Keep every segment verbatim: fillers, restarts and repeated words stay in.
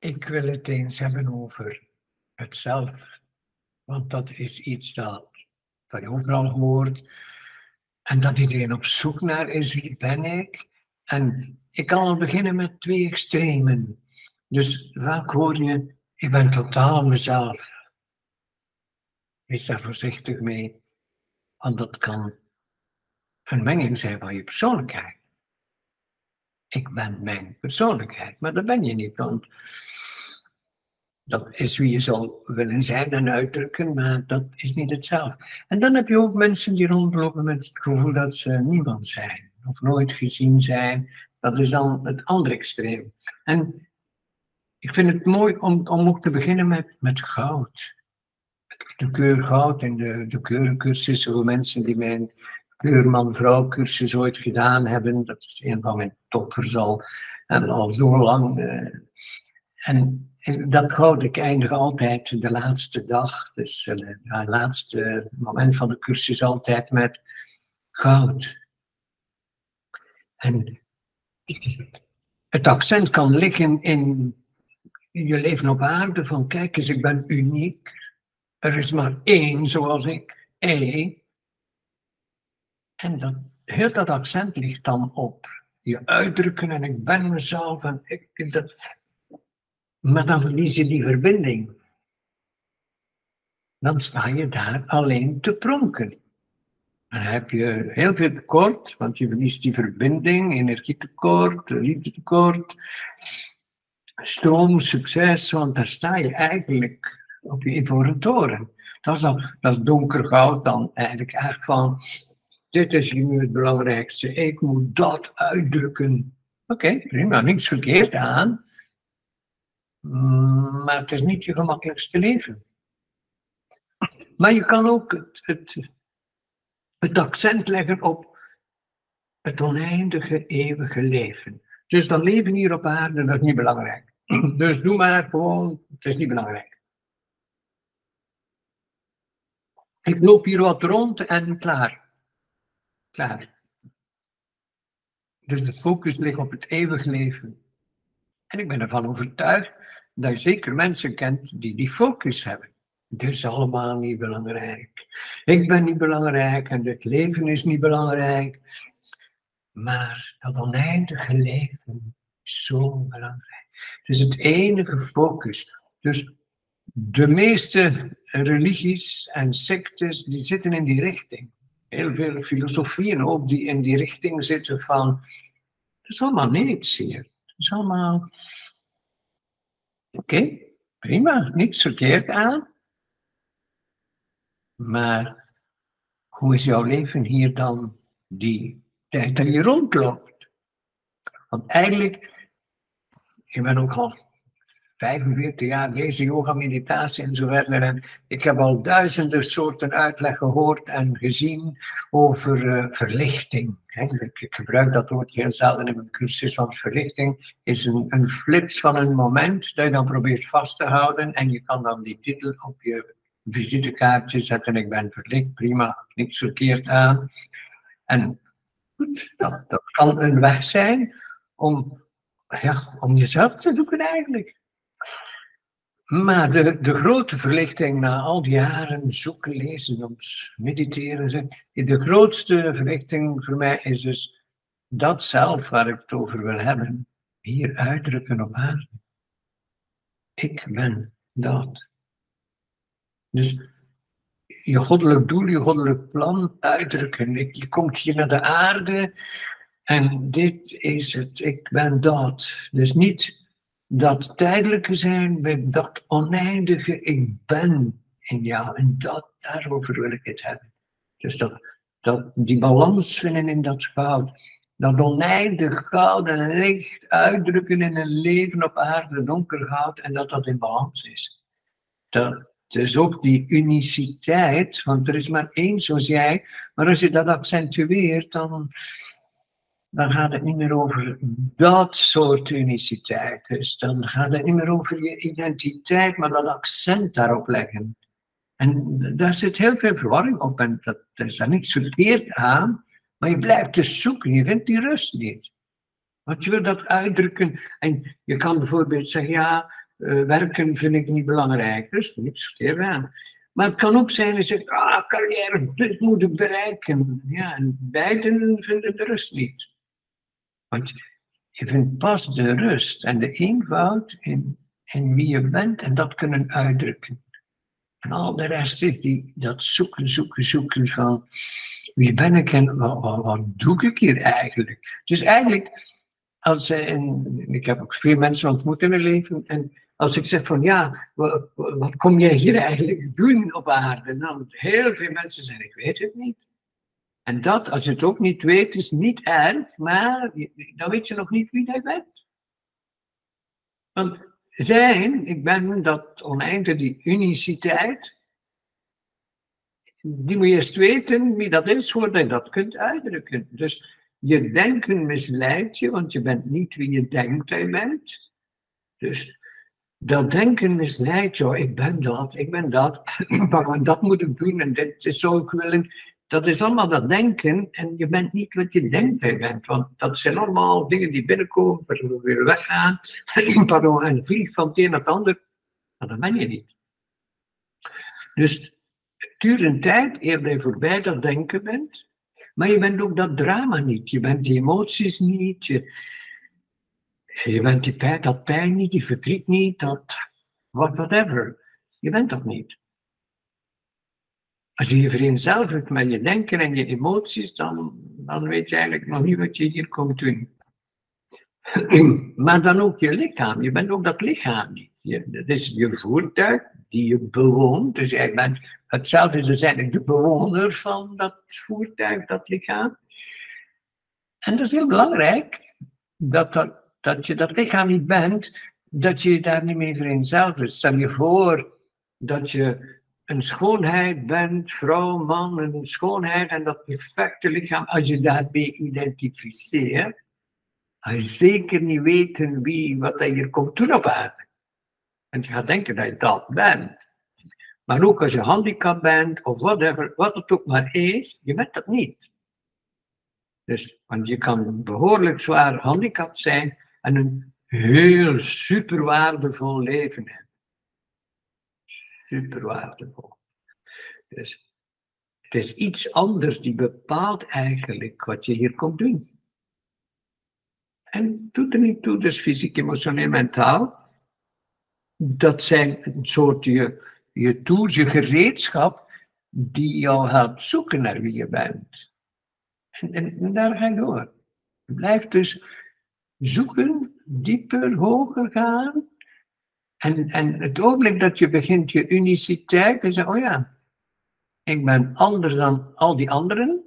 Ik wil het eens hebben over het zelf. Want dat is iets dat, dat je overal hoort. En dat iedereen op zoek naar is, wie ben ik? En ik kan al beginnen met twee extremen. Dus vaak hoor je, ik ben totaal mezelf. Wees daar voorzichtig mee. Want dat kan een mengeling zijn van je persoonlijkheid. Ik ben mijn persoonlijkheid, maar dat ben je niet, want dat is wie je zou willen zijn en uitdrukken, maar dat is niet hetzelfde. En dan heb je ook mensen die rondlopen met het gevoel dat ze niemand zijn, of nooit gezien zijn. Dat is dan het andere extreem. En ik vind het mooi om, om ook te beginnen met, met goud. De kleur goud en de, de kleurencursus voor mensen die mijn kleurman-vrouw cursus ooit gedaan hebben. Dat is een van mijn toppers al, en al zo lang. Uh, en dat goud, ik eindig altijd de laatste dag, dus uh, het laatste moment van de cursus altijd met goud. En het accent kan liggen in je leven op aarde van kijk eens, ik ben uniek. Er is maar één zoals ik, één. En dat, heel dat accent ligt dan op je uitdrukken en ik ben mezelf en ik, dat, maar dan verlies je die verbinding. Dan sta je daar alleen te pronken. Dan heb je heel veel tekort, want je verliest die verbinding, energietekort, liefdetekort, stroom, succes, want daar sta je eigenlijk op je ivoren toren. Dat is, dan, dat is donker goud dan eigenlijk echt van, dit is nu het belangrijkste, ik moet dat uitdrukken. Oké, okay, prima, niks verkeerd aan, maar het is niet je gemakkelijkste leven. Maar je kan ook het, het, het accent leggen op het oneindige, eeuwige leven. Dus dat leven hier op aarde, dat is niet belangrijk. Dus doe maar gewoon, het is niet belangrijk. Ik loop hier wat rond en klaar. Klaar. Dus de focus ligt op het eeuwig leven. En ik ben ervan overtuigd dat je zeker mensen kent die die focus hebben. Dit is allemaal niet belangrijk. Ik ben niet belangrijk en dit leven is niet belangrijk. Maar dat oneindige leven is zo belangrijk. Het is het enige focus. Dus de meeste religies en sectes die zitten in die richting. Heel veel filosofieën ook die in die richting zitten van, het is allemaal niets hier. Het is allemaal, oké, okay, prima, niets verkeerd aan. Maar hoe is jouw leven hier dan die tijd dat je rondloopt? Want eigenlijk, je bent ook al vijfenveertig jaar bezig, yoga, meditatie en zo verder. En ik heb al duizenden soorten uitleg gehoord en gezien over uh, verlichting. Ik, ik gebruik dat woord heel zelden in mijn cursus, want verlichting is een, een flip van een moment dat je dan probeert vast te houden. En je kan dan die titel op je visitekaartje zetten, ik ben verlicht, prima, niks verkeerd aan. En goed, dat, dat kan een weg zijn om, ja, om jezelf te zoeken eigenlijk. Maar de, de grote verlichting na al die jaren zoeken, lezen, soms mediteren, de grootste verlichting voor mij is dus dat zelf waar ik het over wil hebben, hier uitdrukken op aarde. Ik ben dat. Dus je goddelijk doel, je goddelijk plan uitdrukken. Je komt hier naar de aarde en dit is het, ik ben dat. Dus niet dat tijdelijke zijn, maar dat oneindige ik ben in jou. En dat, daarover wil ik het hebben. Dus dat, dat, die balans vinden in dat goud. Dat oneindig goud en licht uitdrukken in een leven op aarde, donker goud, en dat dat in balans is. Dat is ook die uniciteit, want er is maar één zoals jij, maar als je dat accentueert, dan, dan gaat het niet meer over dat soort uniciteit. Dus dan gaat het niet meer over je identiteit, maar dat accent daarop leggen. En daar zit heel veel verwarring op en dat is daar niets verkeerd aan, maar je blijft dus zoeken, je vindt die rust niet. Want je wil dat uitdrukken en je kan bijvoorbeeld zeggen, ja, uh, werken vind ik niet belangrijk. Dus niets verkeerd aan. Maar het kan ook zijn dat je zegt, ah, carrière, dit moet ik bereiken. Ja, en beiden vinden de rust niet. Want je vindt pas de rust en de eenvoud in, in wie je bent en dat kunnen uitdrukken. En al de rest is die, dat zoeken, zoeken, zoeken van wie ben ik en wat, wat, wat doe ik hier eigenlijk? Dus eigenlijk, als, en ik heb ook veel mensen ontmoet in mijn leven en als ik zeg van ja, wat, wat kom jij hier eigenlijk doen op aarde? Dan heel veel mensen zeggen, ik weet het niet. En dat, als je het ook niet weet, is niet erg, maar dan weet je nog niet wie jij bent. Want zijn, ik ben dat oneindige, die uniciteit, die moet je eerst weten wie dat is, voordat je dat kunt uitdrukken. Dus je denken misleidt je, want je bent niet wie je denkt dat je bent. Dus dat denken misleidt je, ik ben dat, ik ben dat, maar dat moet ik doen en dit is zo ik willen. Dat is allemaal dat denken en je bent niet wat je denkt dat je bent. Want dat zijn allemaal dingen die binnenkomen, waardoor we weer weggaan. Pardon, en vliegt van het een naar het ander. Maar dat ben je niet. Dus het duurt een tijd eer je voorbij dat denken bent. Maar je bent ook dat drama niet. Je bent die emoties niet. Je, je bent die pijn, dat pijn niet, die verdriet niet, dat whatever. Je bent dat niet. Als je je vereenzelvigt met je denken en je emoties, dan, dan weet je eigenlijk nog niet wat je hier komt doen. Maar dan ook je lichaam. Je bent ook dat lichaam niet. Je, dat is je voertuig die je bewoont. Dus jij bent hetzelfde is dus eigenlijk de bewoner van dat voertuig, dat lichaam. En dat is heel belangrijk, dat, dat, dat je dat lichaam niet bent, dat je je daar niet mee vereenzelvigt. Stel je voor dat je een schoonheid bent, vrouw, man, een schoonheid en dat perfecte lichaam, als je daarmee identificeert, ga je zeker niet weten wie, wat je hier komt doen op aarde. En je gaat denken dat je dat bent. Maar ook als je handicap bent, of whatever, wat het ook maar is, je bent dat niet. Dus, want je kan behoorlijk zwaar handicapt zijn en een heel super waardevol leven hebben. Super waardevol. Dus het is iets anders die bepaalt eigenlijk wat je hier komt doen. En het doet er niet toe, dus fysiek, emotioneel, mentaal. Dat zijn een soort je, je tools, je gereedschap die jou helpt zoeken naar wie je bent. En, en, en daar ga je door. Je blijft dus zoeken, dieper, hoger gaan. En, en het ogenblik dat je begint je uniciteit te zeggen, oh ja, ik ben anders dan al die anderen.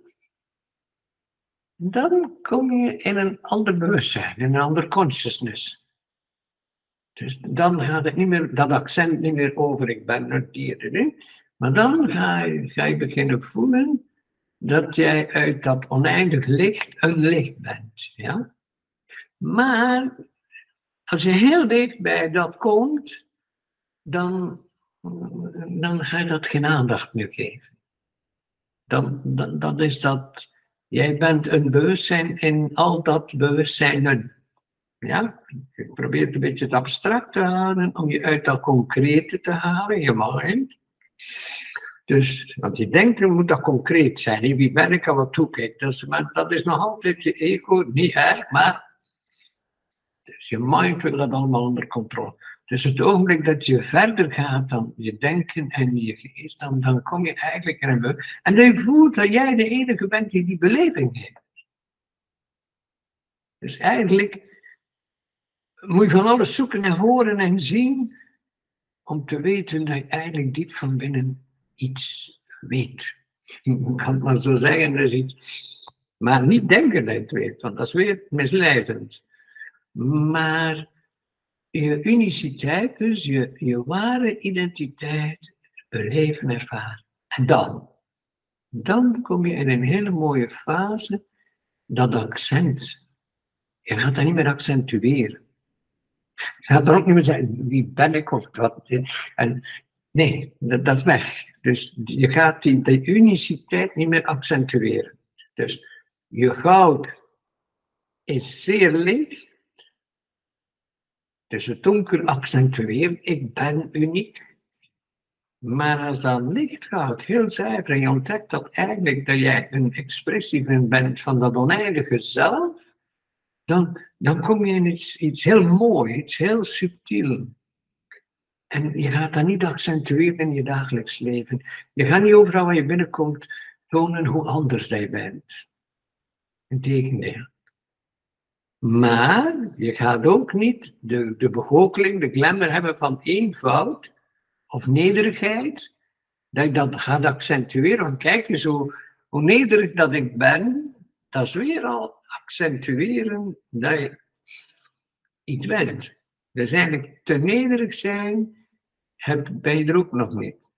Dan kom je in een ander bewustzijn, in een ander consciousness. Dus dan gaat het niet meer, dat accent niet meer over, ik ben een dier. Maar dan ga je, ga je beginnen voelen dat jij uit dat oneindig licht een licht bent. Ja? Maar als je heel dicht bij dat komt, dan, dan ga je dat geen aandacht meer geven. Dan, dan, dan is dat, jij bent een bewustzijn in al dat bewustzijnen. Ja? Je probeert een beetje het abstract te halen, om je uit dat concrete te halen, je mind. Dus, want je denkt, dan moet dat concreet zijn. Wie ben ik en wat doe ik? Dus, maar dat is nog altijd je ego, niet erg, maar dus je mind wil dat allemaal onder controle. Dus het ogenblik dat je verder gaat dan je denken en je geest, dan, dan kom je eigenlijk in een bewustzijn. En dan voelt dat jij de enige bent die die beleving heeft. Dus eigenlijk moet je van alles zoeken en horen en zien, om te weten dat je eigenlijk diep van binnen iets weet. Ik kan het maar zo zeggen, dat is iets. Maar niet denken dat je het weet, want dat is weer misleidend. Maar je uniciteit, dus je, je ware identiteit, beleven, ervaren. En dan, dan kom je in een hele mooie fase, dat accent. Je gaat dat niet meer accentueren. Je gaat er ook niet meer zeggen, wie ben ik of wat. En nee, dat, dat is weg. Dus je gaat die, die uniciteit niet meer accentueren. Dus je goud is zeer licht. Dus het donker accentueert, ik ben uniek. Maar als dat licht gaat, heel zuiver, en je ontdekt dat eigenlijk dat jij een expressie bent van dat oneindige zelf, dan, dan kom je in iets, iets heel moois, iets heel subtiel. En je gaat dat niet accentueren in je dagelijks leven. Je gaat niet overal waar je binnenkomt tonen hoe anders jij bent. Integendeel. Maar je gaat ook niet de, de begoocheling, de glamour hebben van eenvoud of nederigheid, dat je dat gaat accentueren. Want kijk eens hoe, hoe nederig dat ik ben, dat is weer al accentueren dat je iets bent. Dus eigenlijk te nederig zijn, heb, ben je er ook nog niet.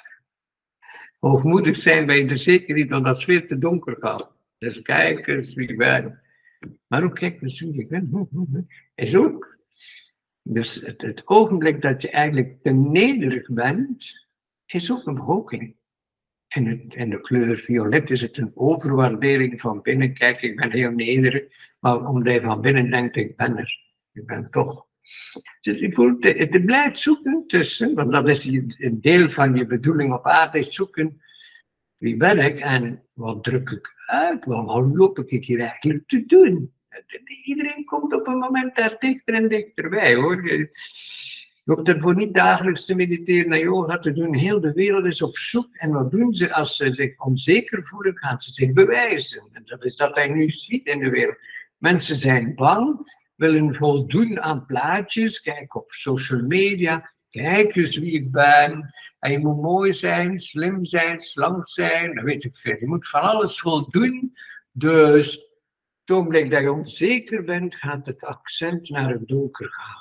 Hoogmoedig zijn ben je er zeker niet, want dat is weer te donker gaat. Dus kijk eens wie ik ben. Maar ook kijk eens wie ik ben. Is ook. Dus het, het ogenblik dat je eigenlijk te nederig bent, is ook een begoocheling. En, het, en de kleur violet is het een overwaardering van binnen. Kijk, ik ben heel nederig, maar omdat je van binnen denkt, ik ben er. Ik ben toch. Dus je voelt, het, het blijft zoeken tussen, want dat is een deel van je bedoeling op aarde, is zoeken wie ben ik en wat druk ik uit, wat loop ik hier eigenlijk te doen. Iedereen komt op een moment daar dichter en dichterbij, hoor. Je hoeft ervoor niet dagelijks te mediteren en yoga te doen. Heel de wereld is op zoek. En wat doen ze als ze zich onzeker voelen? Gaan ze zich bewijzen. En dat is dat hij nu ziet in de wereld. Mensen zijn bang, willen voldoen aan plaatjes. Kijk op social media. Kijk eens wie ik ben. En je moet mooi zijn, slim zijn, slank zijn. Dat weet ik veel. Je moet van alles voldoen. Dus het ogenblik dat je onzeker bent, gaat het accent naar het donkergoud.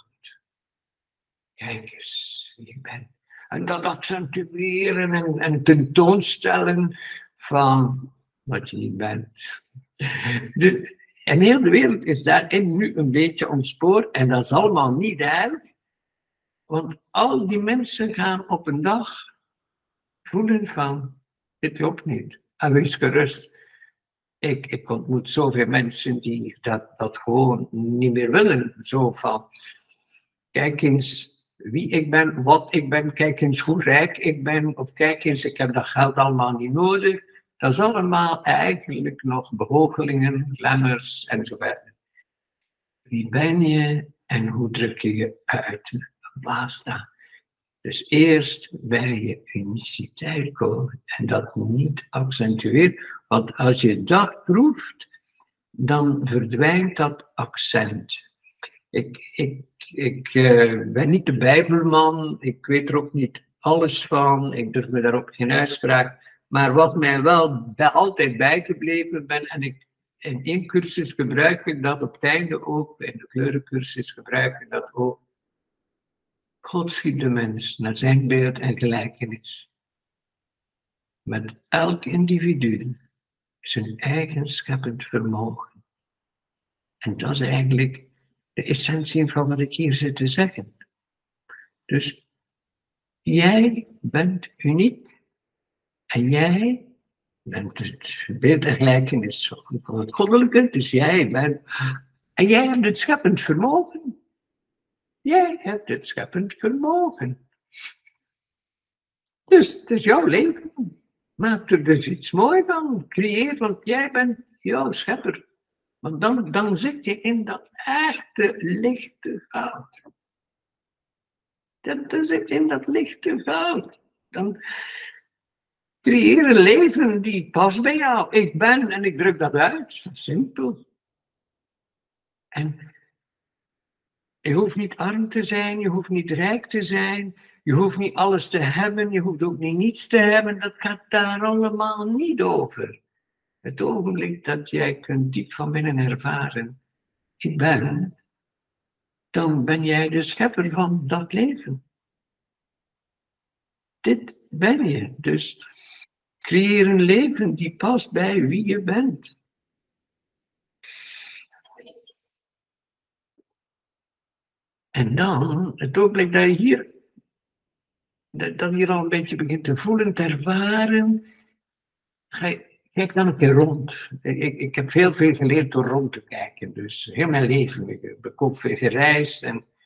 Kijk eens wie ik ben. En dat accentueren en, en tentoonstellen van wat je niet bent. Dus, en heel de wereld is daarin nu een beetje ontspoord. En dat is allemaal niet erg. Want al die mensen gaan op een dag voelen van, dit klopt niet. En wees gerust. Ik, ik ontmoet zoveel mensen die dat, dat gewoon niet meer willen. Zo van, kijk eens wie ik ben, wat ik ben, kijk eens hoe rijk ik ben, of kijk eens, ik heb dat geld allemaal niet nodig. Dat is allemaal eigenlijk nog behogelingen, glamours enzovoort. Wie ben je en hoe druk je je uit? Basta. Dus eerst bij je uniciteit komen en dat niet accentueert, want als je dat proeft, dan verdwijnt dat accent. Ik, ik, ik uh, ben niet de Bijbelman, ik weet er ook niet alles van, ik durf me daar ook geen uitspraak, maar wat mij wel bij, altijd bijgebleven ben, en ik, in één cursus gebruik ik dat op het einde ook, in de kleurencursus gebruik ik dat ook. God schiep de mens naar zijn beeld en gelijkenis. Met elk individu zijn eigen scheppend vermogen. En dat is eigenlijk de essentie van wat ik hier zit te zeggen. Dus jij bent uniek en jij bent het beeld en gelijkenis van het goddelijke, dus jij bent, en jij hebt het scheppend vermogen. Jij hebt het scheppend vermogen. Dus het is jouw leven. Maak er dus iets moois van. Creëer, want jij bent jouw schepper. Want dan, dan zit je in dat echte lichte goud. Dan, dan zit je in dat lichte goud. Dan creëer een leven die past bij jou. Ik ben en ik druk dat uit. Simpel. En je hoeft niet arm te zijn, je hoeft niet rijk te zijn, je hoeft niet alles te hebben, je hoeft ook niet niets te hebben. Dat gaat daar allemaal niet over. Het ogenblik dat jij kunt diep van binnen ervaren, ik ben, dan ben jij de schepper van dat leven. Dit ben je. Dus creëer een leven die past bij wie je bent. En dan, het ogenblik dat je hier, dat, dat je al een beetje begint te voelen, te ervaren, ga je, kijk dan een keer rond. Ik, ik heb veel, veel geleerd door rond te kijken. Dus heel mijn leven. Ik heb ook veel gereisd. En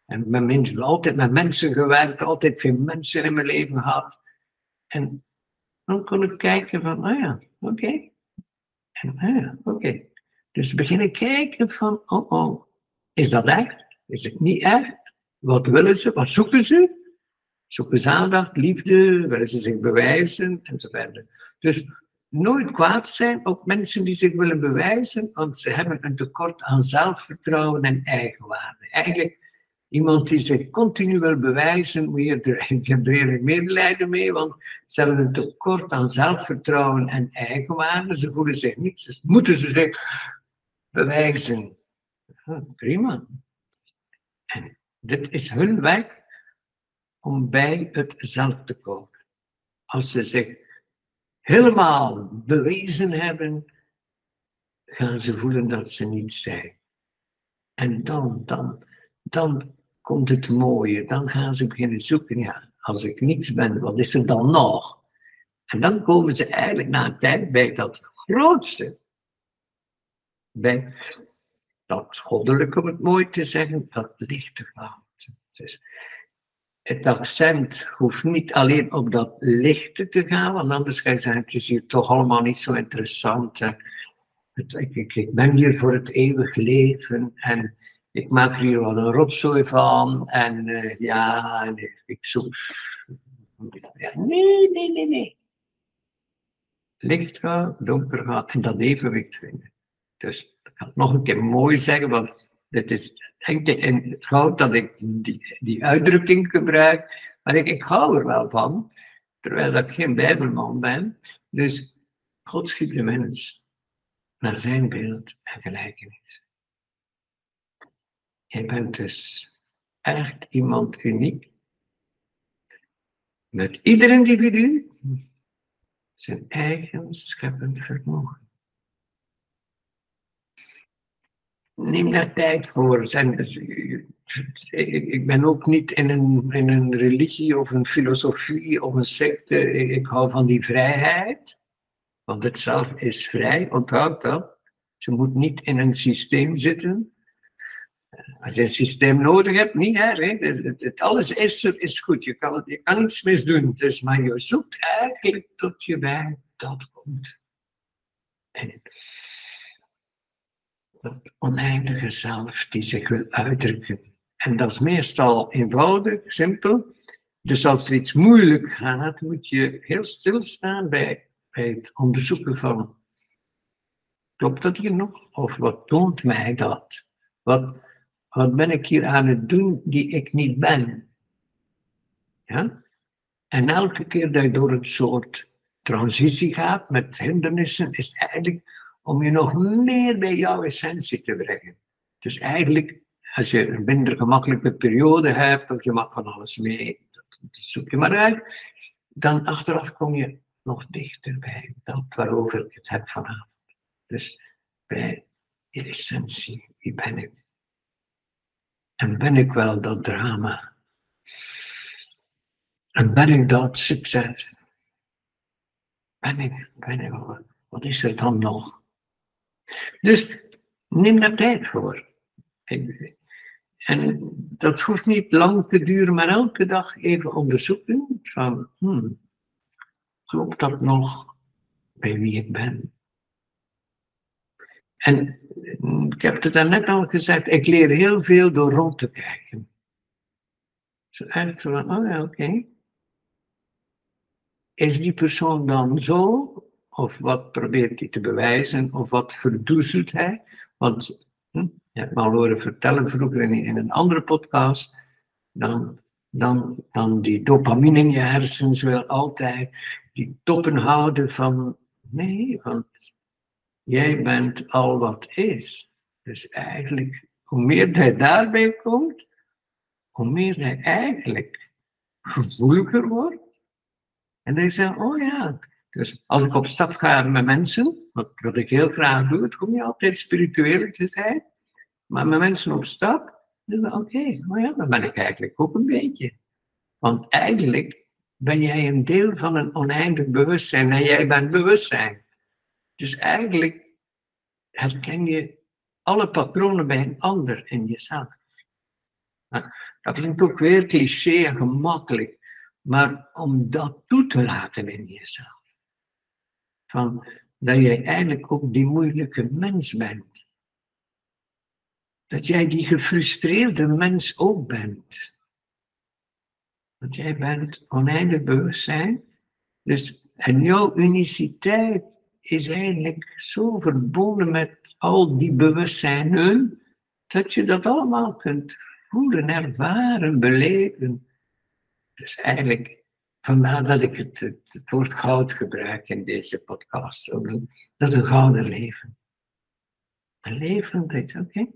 En met mensen, altijd met mensen gewerkt, altijd veel mensen in mijn leven gehad. En dan kon ik kijken van, oh ja, oké. Okay. En oh ja, oké. Okay. Dus beginnen kijken van, oh oh, is dat echt? Is het niet echt? Wat willen ze? Wat zoeken ze? Zoeken ze aandacht, liefde, willen ze zich bewijzen, enzovoort. Dus nooit kwaad zijn op mensen die zich willen bewijzen, want ze hebben een tekort aan zelfvertrouwen en eigenwaarde. Eigenlijk, iemand die zich continu wil bewijzen, moet je er, ik heb er eigenlijk medelijden mee, want ze hebben een tekort aan zelfvertrouwen en eigenwaarde. Ze voelen zich niet, dus moeten ze zich bewijzen. Ja, prima. En dit is hun weg om bij het zelf te komen. Als ze zich helemaal bewezen hebben, gaan ze voelen dat ze niet zijn. En dan, dan, dan komt het mooie. Dan gaan ze beginnen zoeken. Ja, als ik niets ben, wat is er dan nog? En dan komen ze eigenlijk na een tijd bij dat grootste. Bij dat goddelijke, om het mooi te zeggen, dat lichte goud. Dus het accent hoeft niet alleen op dat lichte te gaan, want anders ga je zeggen, het is hier toch allemaal niet zo interessant. En het, ik, ik, ik ben hier voor het eeuwig leven en ik maak er hier wel een rotzooi van. En uh, ja, ik, ik zoek... Ja, nee, nee, nee, nee. Licht gaan, donker gaan en dat evenwicht vinden. Dus ik ga het nog een keer mooi zeggen, want dit is in het goud dat ik die, die uitdrukking gebruik, maar ik, ik hou er wel van, terwijl ik geen bijbelman ben. Dus God schiep de mens naar zijn beeld en gelijkenis. Je bent dus echt iemand uniek, met ieder individu zijn eigen scheppend vermogen. Neem daar tijd voor. Ik ben ook niet in een, in een religie of een filosofie of een secte. Ik hou van die vrijheid. Want het zelf is vrij, onthoud dat. Ze moet niet in een systeem zitten. Als je een systeem nodig hebt, niet hè. Het, het, het, alles is er, is goed. Je kan, je kan niets misdoen. Dus, maar je zoekt eigenlijk tot je bij dat komt. En dat oneindige zelf die zich wil uitdrukken. En dat is meestal eenvoudig, simpel. Dus als er iets moeilijk gaat, moet je heel stilstaan bij, bij het onderzoeken van, klopt dat hier nog? Of wat toont mij dat? Wat, wat ben ik hier aan het doen die ik niet ben? Ja? En elke keer dat je door een soort transitie gaat met hindernissen, is het eigenlijk om je nog meer bij jouw essentie te brengen. Dus eigenlijk, als je een minder gemakkelijke periode hebt, of je mag van alles mee, dat, dat zoek je maar uit, dan achteraf kom je nog dichter bij dat waarover ik het heb vanavond. Dus bij je essentie, wie ben ik? En ben ik wel dat drama? En ben ik dat succes? Ben ik, ben ik, wat is er dan nog? Dus neem daar tijd voor. En dat hoeft niet lang te duren, maar elke dag even onderzoeken van, hmm, klopt dat nog bij wie ik ben? En ik heb het daarnet al gezegd, ik leer heel veel door rond te kijken. Zo echt van, oh ja, oké. Okay. Is die persoon dan zo? Of wat probeert hij te bewijzen? Of wat verdoezelt hij? Want, hm, je hebt me al horen vertellen vroeger in, in een andere podcast, dan, dan, dan die dopamine in je hersens wil altijd die toppen houden van, nee, want jij bent al wat is. Dus eigenlijk, hoe meer hij daarbij komt, hoe meer hij eigenlijk gevoeliger wordt. En dan zeg je, oh ja, dus als ik op stap ga met mensen, wat, wat ik heel graag doe, het hoeft niet altijd spiritueel te zijn, maar met mensen op stap, dan denk ik, oké, okay, oh ja, dan ben ik eigenlijk ook een beetje. Want eigenlijk ben jij een deel van een oneindig bewustzijn en jij bent bewustzijn. Dus eigenlijk herken je alle patronen bij een ander in jezelf. Dat klinkt ook weer cliché en gemakkelijk. Maar om dat toe te laten in jezelf. Van, dat jij eigenlijk ook die moeilijke mens bent. Dat jij die gefrustreerde mens ook bent. Want jij bent oneindig bewustzijn. Dus, en jouw uniciteit is eigenlijk zo verbonden met al die bewustzijnen, dat je dat allemaal kunt voelen, ervaren, beleven. Dus eigenlijk, vandaar dat ik het, het, het woord goud gebruik in deze podcast. Dat is een gouden leven. Een leven dat is, oké. Okay.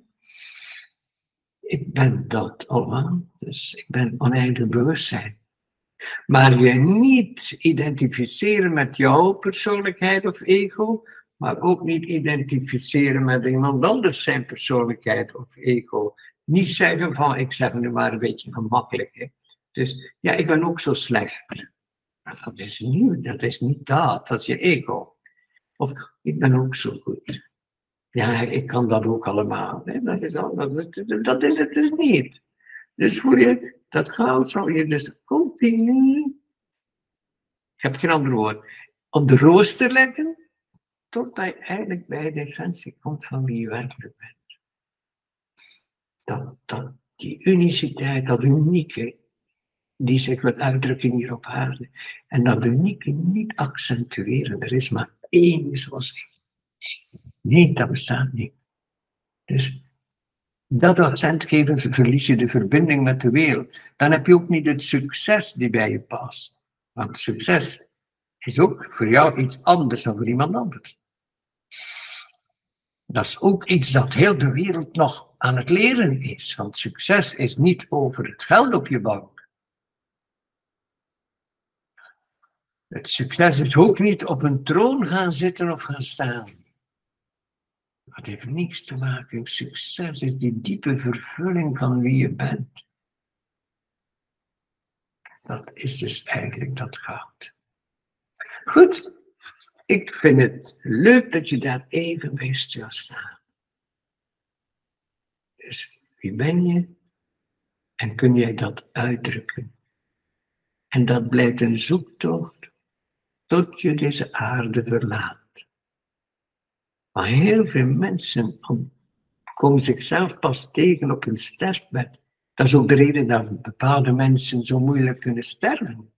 Ik ben dat allemaal, dus ik ben oneindig bewustzijn. Maar je niet identificeren met jouw persoonlijkheid of ego, maar ook niet identificeren met iemand anders zijn persoonlijkheid of ego. Niet zeggen van, ik zeg nu maar een beetje gemakkelijk. Hè. Dus ja, ik ben ook zo slecht. Dat is niet dat, is niet dat, dat is je ego. Of ik ben ook zo goed. Ja, ik kan dat ook allemaal. Hè. Dat, is al, dat, dat is het dus niet. Dus voel je, dat goud zal je dus continu, ik heb geen ander woord, op de rooster leggen, totdat je eigenlijk bij de essentie komt van wie je werkelijk bent. Dat, dat, die uniciteit, dat unieke, die zich wil uitdrukken hier op aarde. En dat unieke niet accentueren. Er is maar één zoals ik. Nee, dat bestaat niet. Dus dat accent geven, verlies je de verbinding met de wereld. Dan heb je ook niet het succes die bij je past. Want succes is ook voor jou iets anders dan voor iemand anders. Dat is ook iets dat heel de wereld nog aan het leren is. Want succes is niet over het geld op je bank. Het succes is ook niet op een troon gaan zitten of gaan staan. Dat heeft niets te maken. Succes is die diepe vervulling van wie je bent. Dat is dus eigenlijk dat goud. Goed, ik vind het leuk dat je daar even bij stilstaat. Dus wie ben je? En kun jij dat uitdrukken? En dat blijft een zoektocht tot je deze aarde verlaat. Maar heel veel mensen komen zichzelf pas tegen op hun sterfbed. Dat is ook de reden dat bepaalde mensen zo moeilijk kunnen sterven.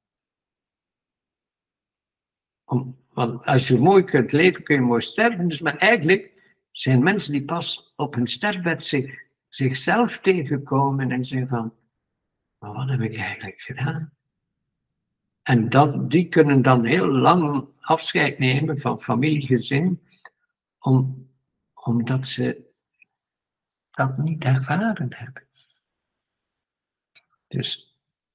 Om, want als je mooi kunt leven, kun je mooi sterven. Dus maar eigenlijk zijn mensen die pas op hun sterfbed zich, zichzelf tegenkomen en zeggen van, maar wat heb ik eigenlijk gedaan? En dat, die kunnen dan heel lang afscheid nemen van familie, gezin, om, omdat ze dat niet ervaren hebben. Dus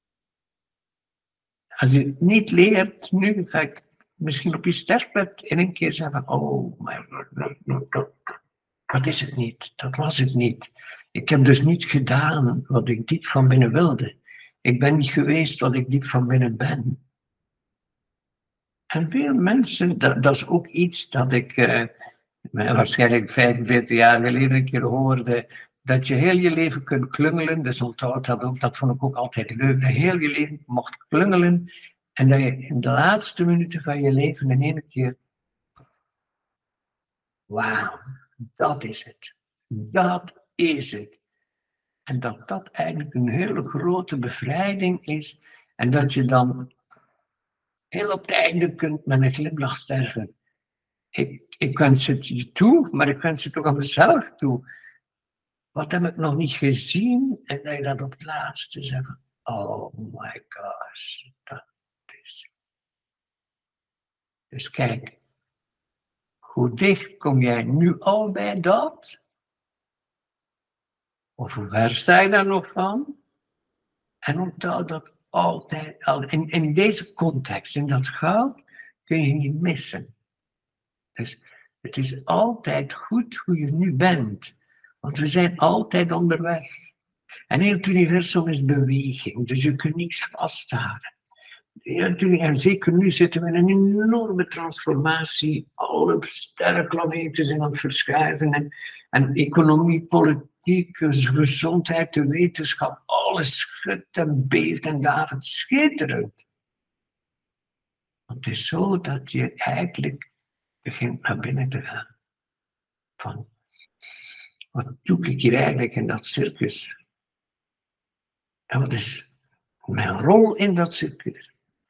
als je het niet leert, nu ga ik misschien op je sterfbed in een keer zeggen, oh mijn god, dat is het niet, dat was het niet. Ik heb dus niet gedaan wat ik diep van binnen wilde. Ik ben niet geweest wat ik diep van binnen ben. En veel mensen, dat, dat is ook iets dat ik uh, waarschijnlijk vijfenveertig jaar geleden een keer hoorde, dat je heel je leven kunt klungelen, dus onthoud dat ook, dat vond ik ook altijd leuk, dat je heel je leven mocht klungelen en dat je in de laatste minuten van je leven in één keer, wauw, dat is het, dat is het. En dat dat eigenlijk een hele grote bevrijding is en dat je dan heel op het einde kunt met een glimlach zeggen, ik, ik wens het je toe, maar ik wens het ook aan mezelf toe. Wat heb ik nog niet gezien? En dat je dat op het laatste zegt, oh my gosh, dat is. Dus kijk, hoe dicht kom jij nu al bij dat? Of hoe ver sta je daar nog van? En onthoud dat altijd, in, in deze context, in dat goud, kun je niet missen. Dus het is altijd goed hoe je nu bent. Want we zijn altijd onderweg. En heel het universum is beweging, dus je kunt niets vasthouden. En zeker nu zitten we in een enorme transformatie. Alle sterrenplaneten zijn aan het verschuiven. En, en economie, politiek, gezondheid, de wetenschap, alles schudt en beeft en David schitterend. Want het is zo dat je eigenlijk begint naar binnen te gaan. Van, wat doe ik hier eigenlijk in dat circus? En wat is mijn rol in dat circus?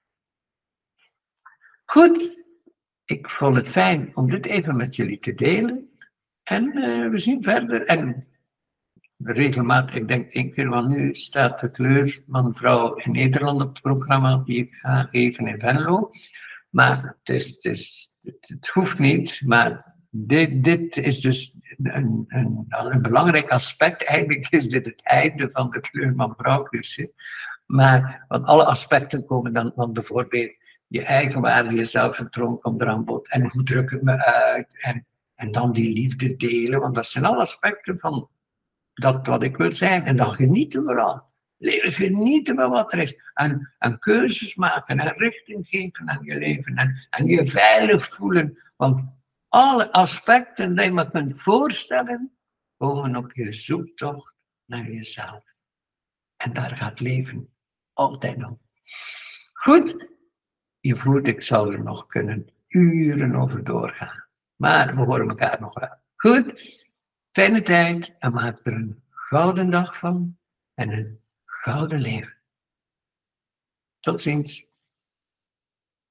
Goed, ik vond het fijn om dit even met jullie te delen. En uh, we zien verder. En regelmatig, ik denk één keer, want nu staat de kleur man vrouw in Nederland op het programma die ik ga geven in Venlo. Maar het, is, het, is, het, het hoeft niet, maar dit, dit is dus een, een, een belangrijk aspect. Eigenlijk is dit het einde van de kleur man vrouw cursus. Maar, want alle aspecten komen dan van bijvoorbeeld je eigen waarde, je zelfvertrouwen komt er aan bod. En hoe druk ik me uit? En, en dan die liefde delen, want dat zijn alle aspecten van dat wat ik wil zijn. En dan genieten we eraan. Leren genieten van wat er is. En, en keuzes maken en richting geven aan je leven. En, en je veilig voelen. Want alle aspecten die je me kunt voorstellen, komen op je zoektocht naar jezelf. En daar gaat leven altijd om. Goed, je voelt, ik zou er nog kunnen uren over doorgaan. Maar we horen elkaar nog wel. Goed, fijne tijd en maak er een gouden dag van en een gouden leven. Tot ziens.